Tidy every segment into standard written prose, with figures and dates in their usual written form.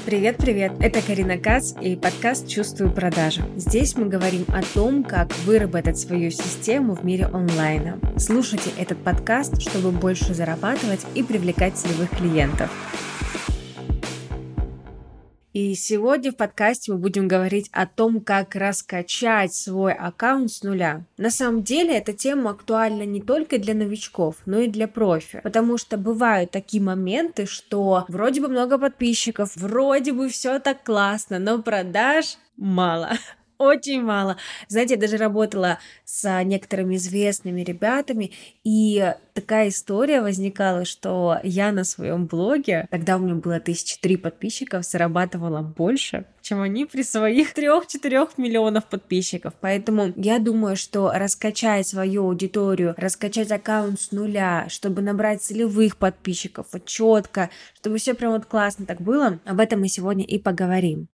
Привет-привет! Это Карина Кац и подкаст «Чувствую продажи». Здесь мы говорим о том, как выработать свою систему в мире онлайна. Слушайте этот подкаст, чтобы больше зарабатывать и привлекать целевых клиентов. И сегодня в подкасте мы будем говорить о том, как раскачать свой аккаунт с нуля. На самом деле эта тема актуальна не только для новичков, но и для профи, потому что бывают такие моменты, что вроде бы много подписчиков, вроде бы все так классно, но продаж мало. Очень мало. Знаете, я даже работала с некоторыми известными ребятами, и такая история возникала, что я на своем блоге, тогда у меня было 1003 подписчиков, зарабатывала больше, чем они при своих 3-4 миллионов подписчиков. Поэтому я думаю, что раскачать свою аудиторию, раскачать аккаунт с нуля, чтобы набрать целевых подписчиков, вот четко, чтобы все прям вот классно так было, об этом мы сегодня и поговорим.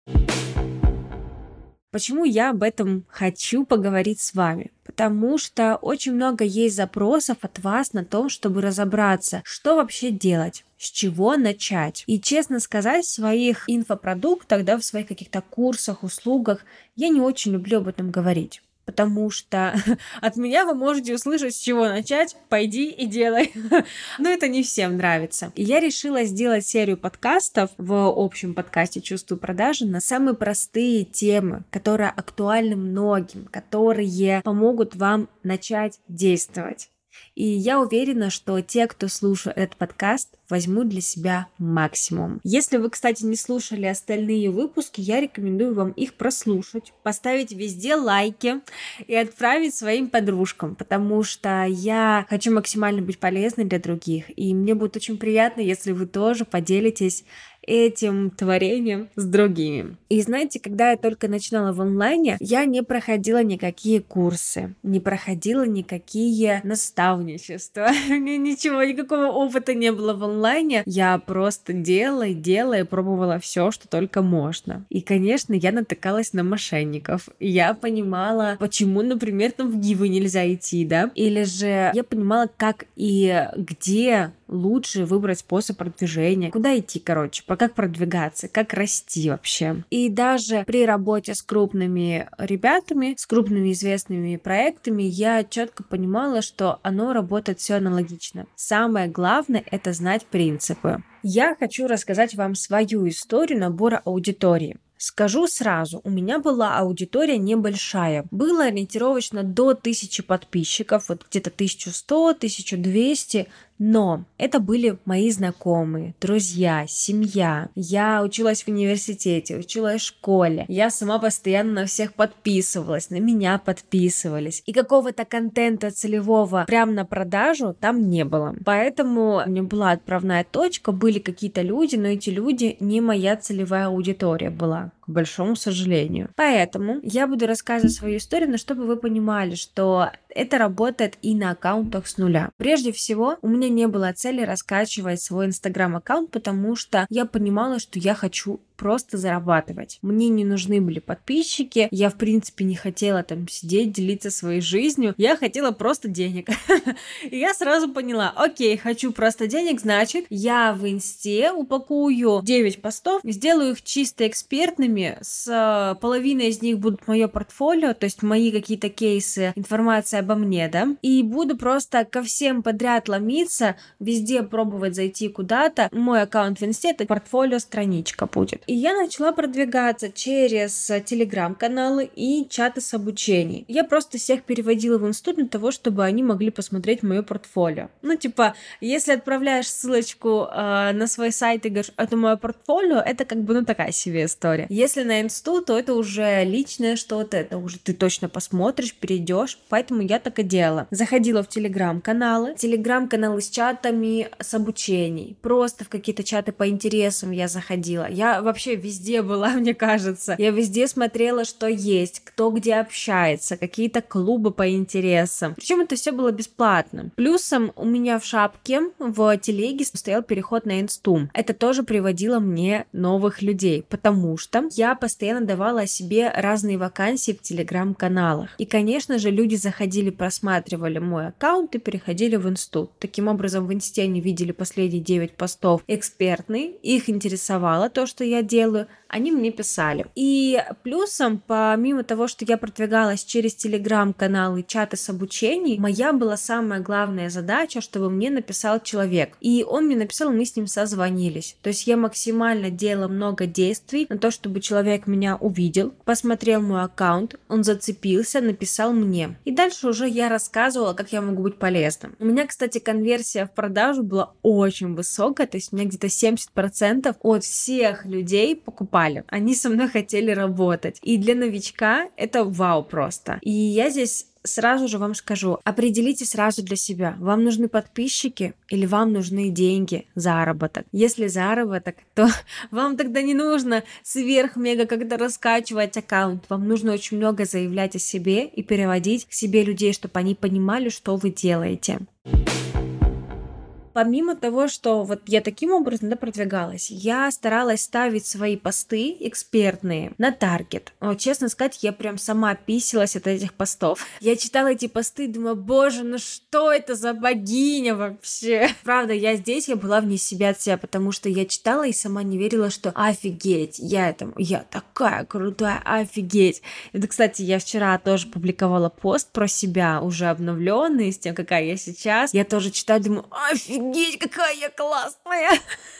Почему я об этом хочу поговорить с вами? Потому что очень много есть запросов от вас на то, чтобы разобраться, что вообще делать, с чего начать. И честно сказать, в своих инфопродуктах, в своих каких-то курсах, услугах, я не очень люблю об этом говорить. Потому что от меня вы можете услышать, с чего начать, пойди и делай. Но это не всем нравится. И я решила сделать серию подкастов в общем подкасте «Чувствую продажи» на самые простые темы, которые актуальны многим, которые помогут вам начать действовать. И я уверена, что те, кто слушает этот подкаст, возьмут для себя максимум. Если вы, кстати, не слушали остальные выпуски, я рекомендую вам их прослушать, поставить везде лайки и отправить своим подружкам, потому что я хочу максимально быть полезной для других, и мне будет очень приятно, если вы тоже поделитесь этим творением с другими. И знаете, когда я только начинала в онлайне, я не проходила никакие курсы, не проходила никакие наставничества, у меня ничего, никакого опыта не было в онлайне. Я просто делала и пробовала все, что только можно. И, конечно, я натыкалась на мошенников. Я понимала, почему, например, там в гивы нельзя идти, да? Или же я понимала, как и где лучше выбрать способ продвижения, куда идти, как продвигаться, как расти вообще. И даже при работе с крупными ребятами, с крупными известными проектами, я четко понимала, что оно работает все аналогично. Самое главное — это знать принципы. Я хочу рассказать вам свою историю набора аудитории. Скажу сразу, у меня была аудитория небольшая. Было ориентировочно до 1000 подписчиков, вот где-то 1100, 1200, но это были мои знакомые, друзья, семья. Я училась в университете, училась в школе. Я сама постоянно на всех подписывалась, на меня подписывались. И какого-то контента целевого прям на продажу там не было. Поэтому у меня была отправная точка, были какие-то люди, но эти люди не моя целевая аудитория была, к большому сожалению. Поэтому я буду рассказывать свою историю, но чтобы вы понимали, что это работает и на аккаунтах с нуля. Прежде всего, у меня не было цели раскачивать свой инстаграм-аккаунт, потому что я понимала, что я хочу просто зарабатывать. Мне не нужны были подписчики, я в принципе не хотела там сидеть, делиться своей жизнью, я хотела просто денег. И я сразу поняла, окей, хочу просто денег, значит, я в инсте упакую 9 постов, сделаю их чисто экспертными, с половиной из них будут мое портфолио, то есть мои какие-то кейсы, информация обо мне, да, и буду просто ко всем подряд ломиться, везде пробовать зайти куда-то. Мой аккаунт в инсте — это портфолио-страничка будет. И я начала продвигаться через телеграм-каналы и чаты с обучением. Я просто всех переводила в инсту для того, чтобы они могли посмотреть мое портфолио. Если отправляешь ссылочку на свой сайт и говоришь, это мое портфолио, это такая себе история. Если на инсту, то это уже личное что-то, это уже ты точно посмотришь, перейдешь. Поэтому я так и делала. Заходила в телеграм-каналы с чатами с обучений. Просто в какие-то чаты по интересам я заходила. Я вообще везде была, мне кажется. Я везде смотрела, что есть, кто где общается, какие-то клубы по интересам. Причем это все было бесплатно. Плюсом у меня в шапке в телеге стоял переход на инсту. Это тоже приводило мне новых людей, потому что я постоянно давала о себе разные вакансии в телеграм-каналах. И, конечно же, люди заходили, просматривали мой аккаунт и переходили в инсту. Таким образом, в инсте они видели последние 9 постов экспертные, их интересовало то, что я делаю, они мне писали. И плюсом, помимо того, что я продвигалась через телеграм-каналы, чаты с обучений, моя была самая главная задача, чтобы мне написал человек. И он мне написал, мы с ним созвонились. То есть я максимально делала много действий на то, чтобы человек меня увидел, посмотрел мой аккаунт, он зацепился, написал мне. И дальше уже я рассказывала, как я могу быть полезным. У меня, кстати, конверсия в продажу была очень высокая, то есть у меня где-то 70% от всех людей покупали. Они со мной хотели работать. И для новичка это вау просто. И я здесь сразу же вам скажу, определите сразу для себя, вам нужны подписчики или вам нужны деньги, заработок. Если заработок, то вам тогда не нужно сверх-мега когда раскачивать аккаунт. Вам нужно очень много заявлять о себе и переводить к себе людей, чтобы они понимали, что вы делаете. Помимо того, что вот я таким образом продвигалась, я старалась ставить свои посты экспертные на таргет. Честно сказать, я прям сама писалась от этих постов. Я читала эти посты и думаю, боже, ну что это за богиня вообще? Правда, я была вне себя от себя, потому что я читала и сама не верила, что офигеть, я такая крутая, офигеть. Это, кстати, я вчера тоже публиковала пост про себя, уже обновленный, с тем, какая я сейчас. Я тоже читаю, думаю, офигеть, какая я классная!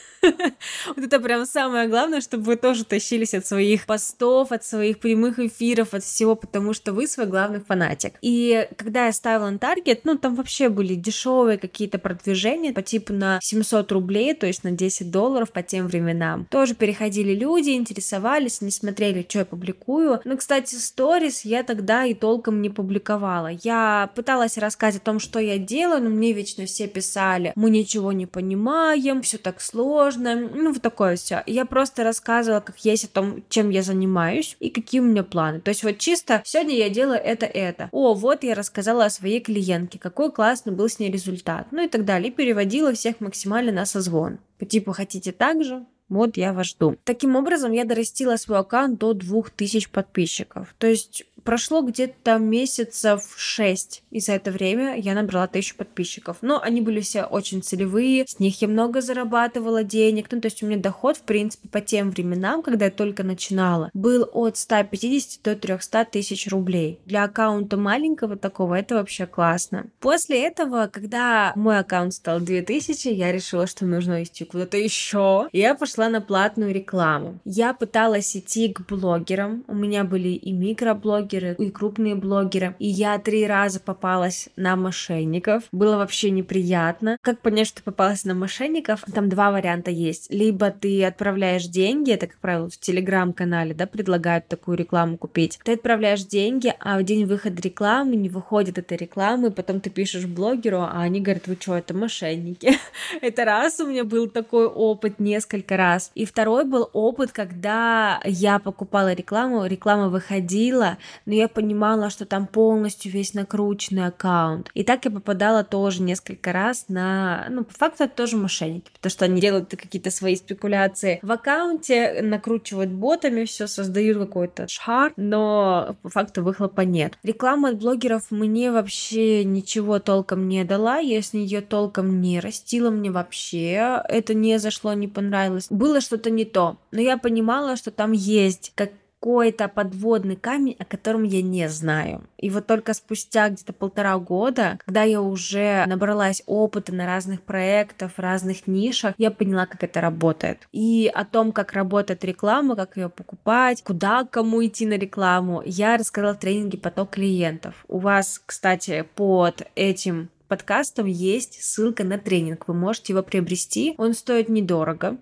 Вот это прям самое главное, чтобы вы тоже тащились от своих постов, от своих прямых эфиров, от всего, потому что вы свой главный фанатик. И когда я ставила на таргет, там вообще были дешевые какие-то продвижения по типу на 700 рублей, то есть на $10 по тем временам. Тоже переходили люди, интересовались, не смотрели, что я публикую. Но, кстати, сторис я тогда и толком не публиковала. Я пыталась рассказать о том, что я делаю, но мне вечно все писали, мы ничего не понимаем, все так сложно, вот такое все. Я просто рассказывала, как есть, о том, чем я занимаюсь и какие у меня планы. То есть вот чисто сегодня я делаю это. Вот я рассказала о своей клиентке, какой классный был с ней результат, и так далее. И переводила всех максимально на созвон. По типу, хотите так же? Вот я вас жду. Таким образом, я дорастила свой аккаунт до 2000 подписчиков. То есть прошло где-то месяцев 6, и за это время я набрала 1000 подписчиков. Но они были все очень целевые, с них я много зарабатывала денег. То есть у меня доход, в принципе, по тем временам, когда я только начинала, был от 150 до 300 тысяч рублей. Для аккаунта маленького такого это вообще классно. После этого, когда мой аккаунт стал 2000, я решила, что нужно идти куда-то еще. Я пошла на платную рекламу. Я пыталась идти к блогерам. У меня были и микроблогеры, и крупные блогеры. И я 3 раза попалась на мошенников. Было вообще неприятно. Как понять, что попалась на мошенников? Там 2 варианта есть. Либо ты отправляешь деньги, это, как правило, в телеграм-канале, предлагают такую рекламу купить. Ты отправляешь деньги, а в день выхода рекламы не выходит этой рекламы, и потом ты пишешь блогеру, а они говорят, вы что, это мошенники. Это раз у меня был такой опыт несколько раз. И второй был опыт, когда я покупала рекламу, реклама выходила, но я понимала, что там полностью весь накрученный аккаунт. И так я попадала тоже несколько раз на... по факту это тоже мошенники, потому что они делают какие-то свои спекуляции в аккаунте, накручивают ботами, все создают какой-то шар, но по факту выхлопа нет. Реклама от блогеров мне вообще ничего толком не дала, я с нее толком не растила, мне вообще это не зашло, не понравилось. Было что-то не то, но я понимала, что там есть какой-то подводный камень, о котором я не знаю. И вот только спустя где-то 1,5 года, когда я уже набралась опыта на разных проектах, в разных нишах, я поняла, как это работает. И о том, как работает реклама, как ее покупать, куда кому идти на рекламу, я рассказала в тренинге «Поток клиентов». У вас, кстати, под этим подкастом есть ссылка на тренинг. Вы можете его приобрести. Он стоит недорого.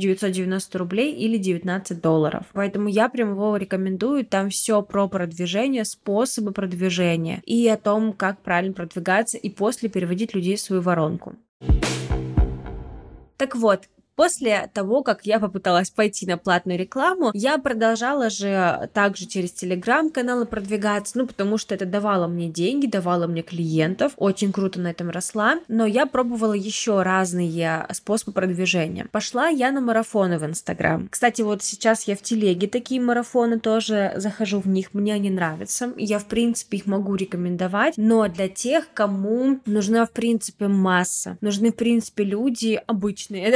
1990 рублей или $19. Поэтому я прям его рекомендую. Там все про продвижение, способы продвижения и о том, как правильно продвигаться и после переводить людей в свою воронку. Так вот, после того, как я попыталась пойти на платную рекламу, я продолжала же также через телеграм-каналы продвигаться, потому что это давало мне деньги, давало мне клиентов, очень круто на этом росла, но я пробовала еще разные способы продвижения. Пошла я на марафоны в Инстаграм. Кстати, вот сейчас я в телеге такие марафоны тоже захожу в них, мне они нравятся, я, в принципе, их могу рекомендовать, но для тех, кому нужна, в принципе, масса, нужны, в принципе, люди обычные,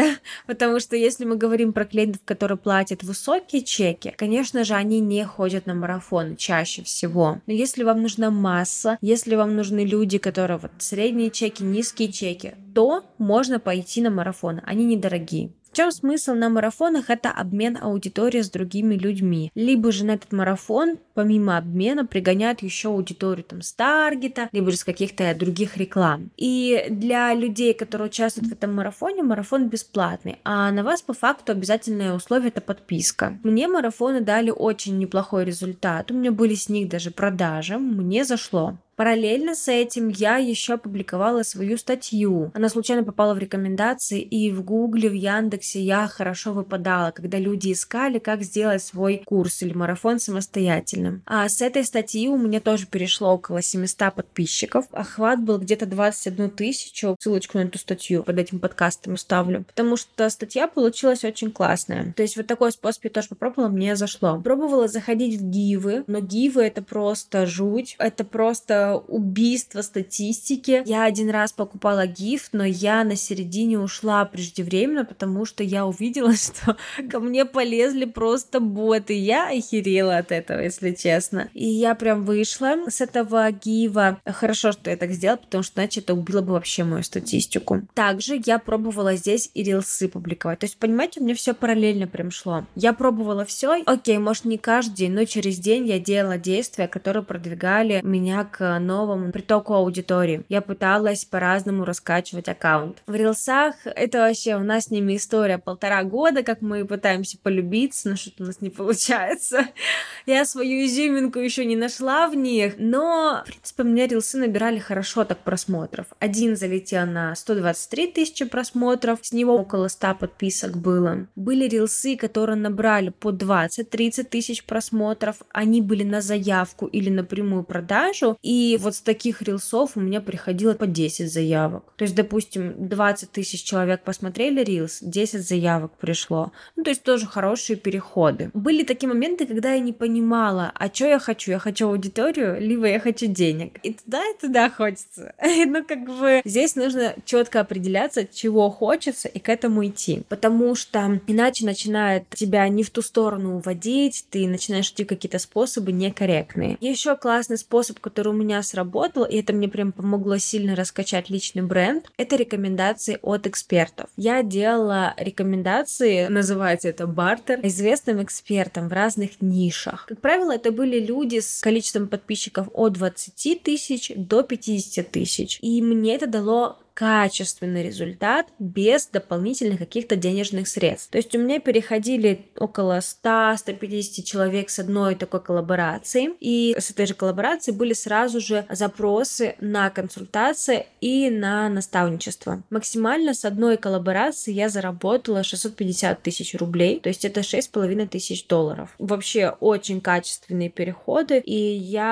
Потому что если мы говорим про клиентов, которые платят высокие чеки, конечно же, они не ходят на марафоны чаще всего. Но если вам нужна масса, если вам нужны люди, которые вот средние чеки, низкие чеки, то можно пойти на марафоны. Они недорогие. В чем смысл на марафонах? Это обмен аудиторией с другими людьми. Либо же на этот марафон, помимо обмена, пригоняют еще аудиторию там с таргета, либо же с каких-то других реклам. И для людей, которые участвуют в этом марафоне, марафон бесплатный, а на вас по факту обязательное условие — это подписка. Мне марафоны дали очень неплохой результат, у меня были с них даже продажи, мне зашло. Параллельно с этим я еще опубликовала свою статью. Она случайно попала в рекомендации, и в Гугле, в Яндексе я хорошо выпадала, когда люди искали, как сделать свой курс или марафон самостоятельным. А с этой статьи у меня тоже перешло около 700 подписчиков. Охват был где-то 21 тысячу. Ссылочку на эту статью под этим подкастом оставлю. Потому что статья получилась очень классная. То есть вот такой способ я тоже попробовала, мне зашло. Пробовала заходить в гивы, но гивы — это просто жуть. Это просто убийство статистики. Я один раз покупала гиф, но я на середине ушла преждевременно, потому что я увидела, что ко мне полезли просто боты. Я охерела от этого, если честно. И я прям вышла с этого гива. Хорошо, что я так сделала, потому что иначе это убило бы вообще мою статистику. Также я пробовала здесь и рилсы публиковать. То есть, понимаете, у меня все параллельно прям шло. Я пробовала все. Окей, может, не каждый день, но через день я делала действия, которые продвигали меня к новому притоку аудитории. Я пыталась по-разному раскачивать аккаунт. В рилсах это вообще у нас с ними история 1,5 года, как мы пытаемся полюбиться, но что-то у нас не получается. Я свою изюминку еще не нашла в них, но, в принципе, у меня рилсы набирали хорошо так просмотров. Один залетел на 123 тысячи просмотров, с него около 100 подписок было. Были рилсы, которые набрали по 20-30 тысяч просмотров, они были на заявку или на прямую продажу, и вот с таких рилсов у меня приходило по 10 заявок. То есть, допустим, 20 тысяч человек посмотрели рилс, 10 заявок пришло. Ну, то есть тоже хорошие переходы. Были такие моменты, когда я не понимала, а что я хочу? Я хочу аудиторию, либо я хочу денег. И туда хочется. Ну, как бы здесь нужно четко определяться, чего хочется, и к этому идти. Потому что иначе начинает тебя не в ту сторону уводить, ты начинаешь идти какие-то способы некорректные. Еще классный способ, который у меня сработал, и это мне прям помогло сильно раскачать личный бренд, это рекомендации от экспертов. Я делала рекомендации, называется это бартер, известным экспертам в разных нишах. Как правило, это были люди с количеством подписчиков от 20 тысяч до 50 тысяч. И мне это дало качественный результат без дополнительных каких-то денежных средств. То есть у меня переходили около 100-150 человек с одной такой коллаборации, и с этой же коллаборации были сразу же запросы на консультации и на наставничество. Максимально с одной коллаборации я заработала 650 тысяч рублей, то есть это 6,5 тысяч долларов. Вообще очень качественные переходы, и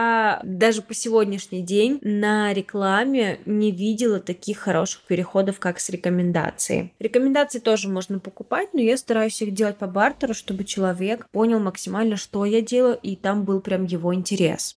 я даже по сегодняшний день на рекламе не видела таких хороших переходов, как с рекомендацией. Рекомендации тоже можно покупать, но я стараюсь их делать по бартеру, чтобы человек понял максимально, что я делаю, и там был прям его интерес.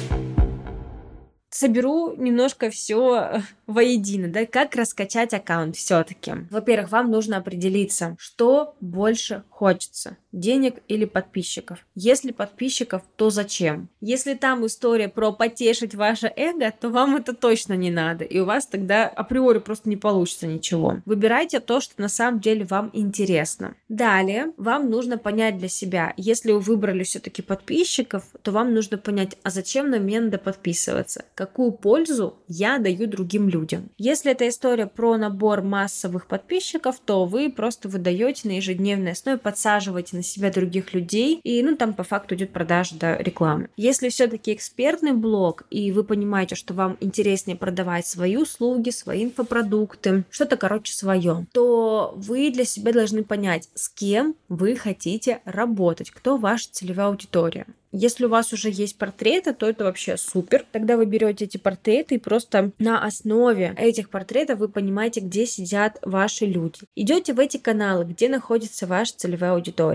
Соберу немножко все воедино, да, как раскачать аккаунт все-таки. Во-первых, вам нужно определиться, что больше хочется, денег или подписчиков. Если подписчиков, то зачем? Если там история про потешить ваше эго, то вам это точно не надо, и у вас тогда априори просто не получится ничего. Выбирайте то, что на самом деле вам интересно. Далее, вам нужно понять для себя, если вы выбрали все-таки подписчиков, то вам нужно понять, а зачем на меня надо подписываться? Какую пользу я даю другим людям? Если это история про набор массовых подписчиков, то вы просто выдаете на ежедневной основе, подсаживаете на себя других людей, и там по факту идет продажа рекламы. Если все-таки экспертный блог, и вы понимаете, что вам интереснее продавать свои услуги, свои инфопродукты, что-то, свое, то вы для себя должны понять, с кем вы хотите работать, кто ваша целевая аудитория. Если у вас уже есть портреты, то это вообще супер. Тогда вы берете эти портреты и просто на основе этих портретов вы понимаете, где сидят ваши люди. Идете в эти каналы, где находится ваша целевая аудитория.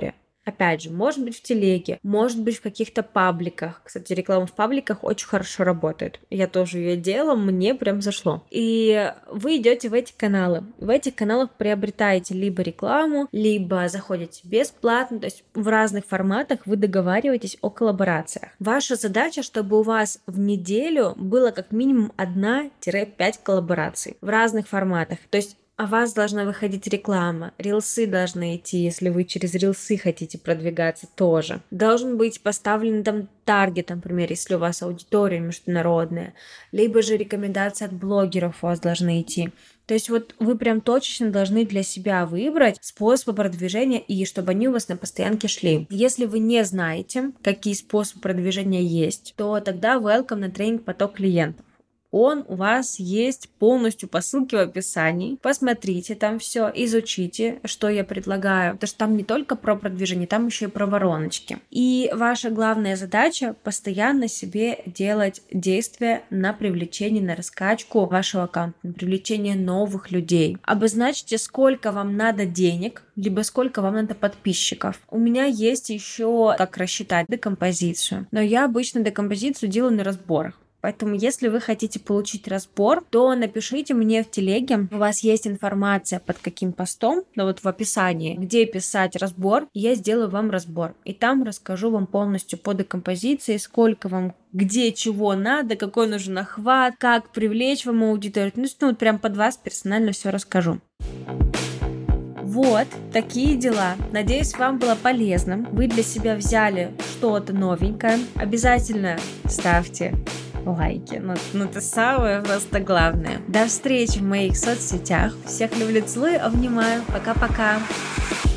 Опять же, может быть в телеге, может быть в каких-то пабликах. Кстати, реклама в пабликах очень хорошо работает. Я тоже ее делала, мне прям зашло. И вы идете в эти каналы. В этих каналах приобретаете либо рекламу, либо заходите бесплатно, то есть в разных форматах вы договариваетесь о коллаборациях. Ваша задача, чтобы у вас в неделю было как минимум 1-5 коллабораций в разных форматах. То есть у вас должна выходить реклама, рилсы должны идти, если вы через рилсы хотите продвигаться тоже. Должен быть поставлен там таргет, например, если у вас аудитория международная, либо же рекомендации от блогеров у вас должны идти. То есть вот вы прям точечно должны для себя выбрать способы продвижения и чтобы они у вас на постоянке шли. Если вы не знаете, какие способы продвижения есть, то тогда welcome на тренинг «Поток клиентов». Он у вас есть полностью по ссылке в описании. Посмотрите там все, изучите, что я предлагаю. Потому что там не только про продвижение, там еще и про вороночки. И ваша главная задача постоянно себе делать действия на привлечение, на раскачку вашего аккаунта, на привлечение новых людей. Обозначьте, сколько вам надо денег, либо сколько вам надо подписчиков. У меня есть еще как рассчитать декомпозицию. Но я обычно декомпозицию делаю на разборах. Поэтому, если вы хотите получить разбор, то напишите мне в телеге. У вас есть информация под каким постом, да вот в описании, где писать разбор, и я сделаю вам разбор. И там расскажу вам полностью по декомпозиции, сколько вам, где чего надо, какой нужен охват, как привлечь вам аудиторию. Ну, прям под вас персонально все расскажу. Вот такие дела. Надеюсь, вам было полезно. Вы для себя взяли что-то новенькое. Обязательно ставьте лайки. Ну, это самое просто главное. До встречи в моих соцсетях. Всех люблю, целую, обнимаю. Пока-пока.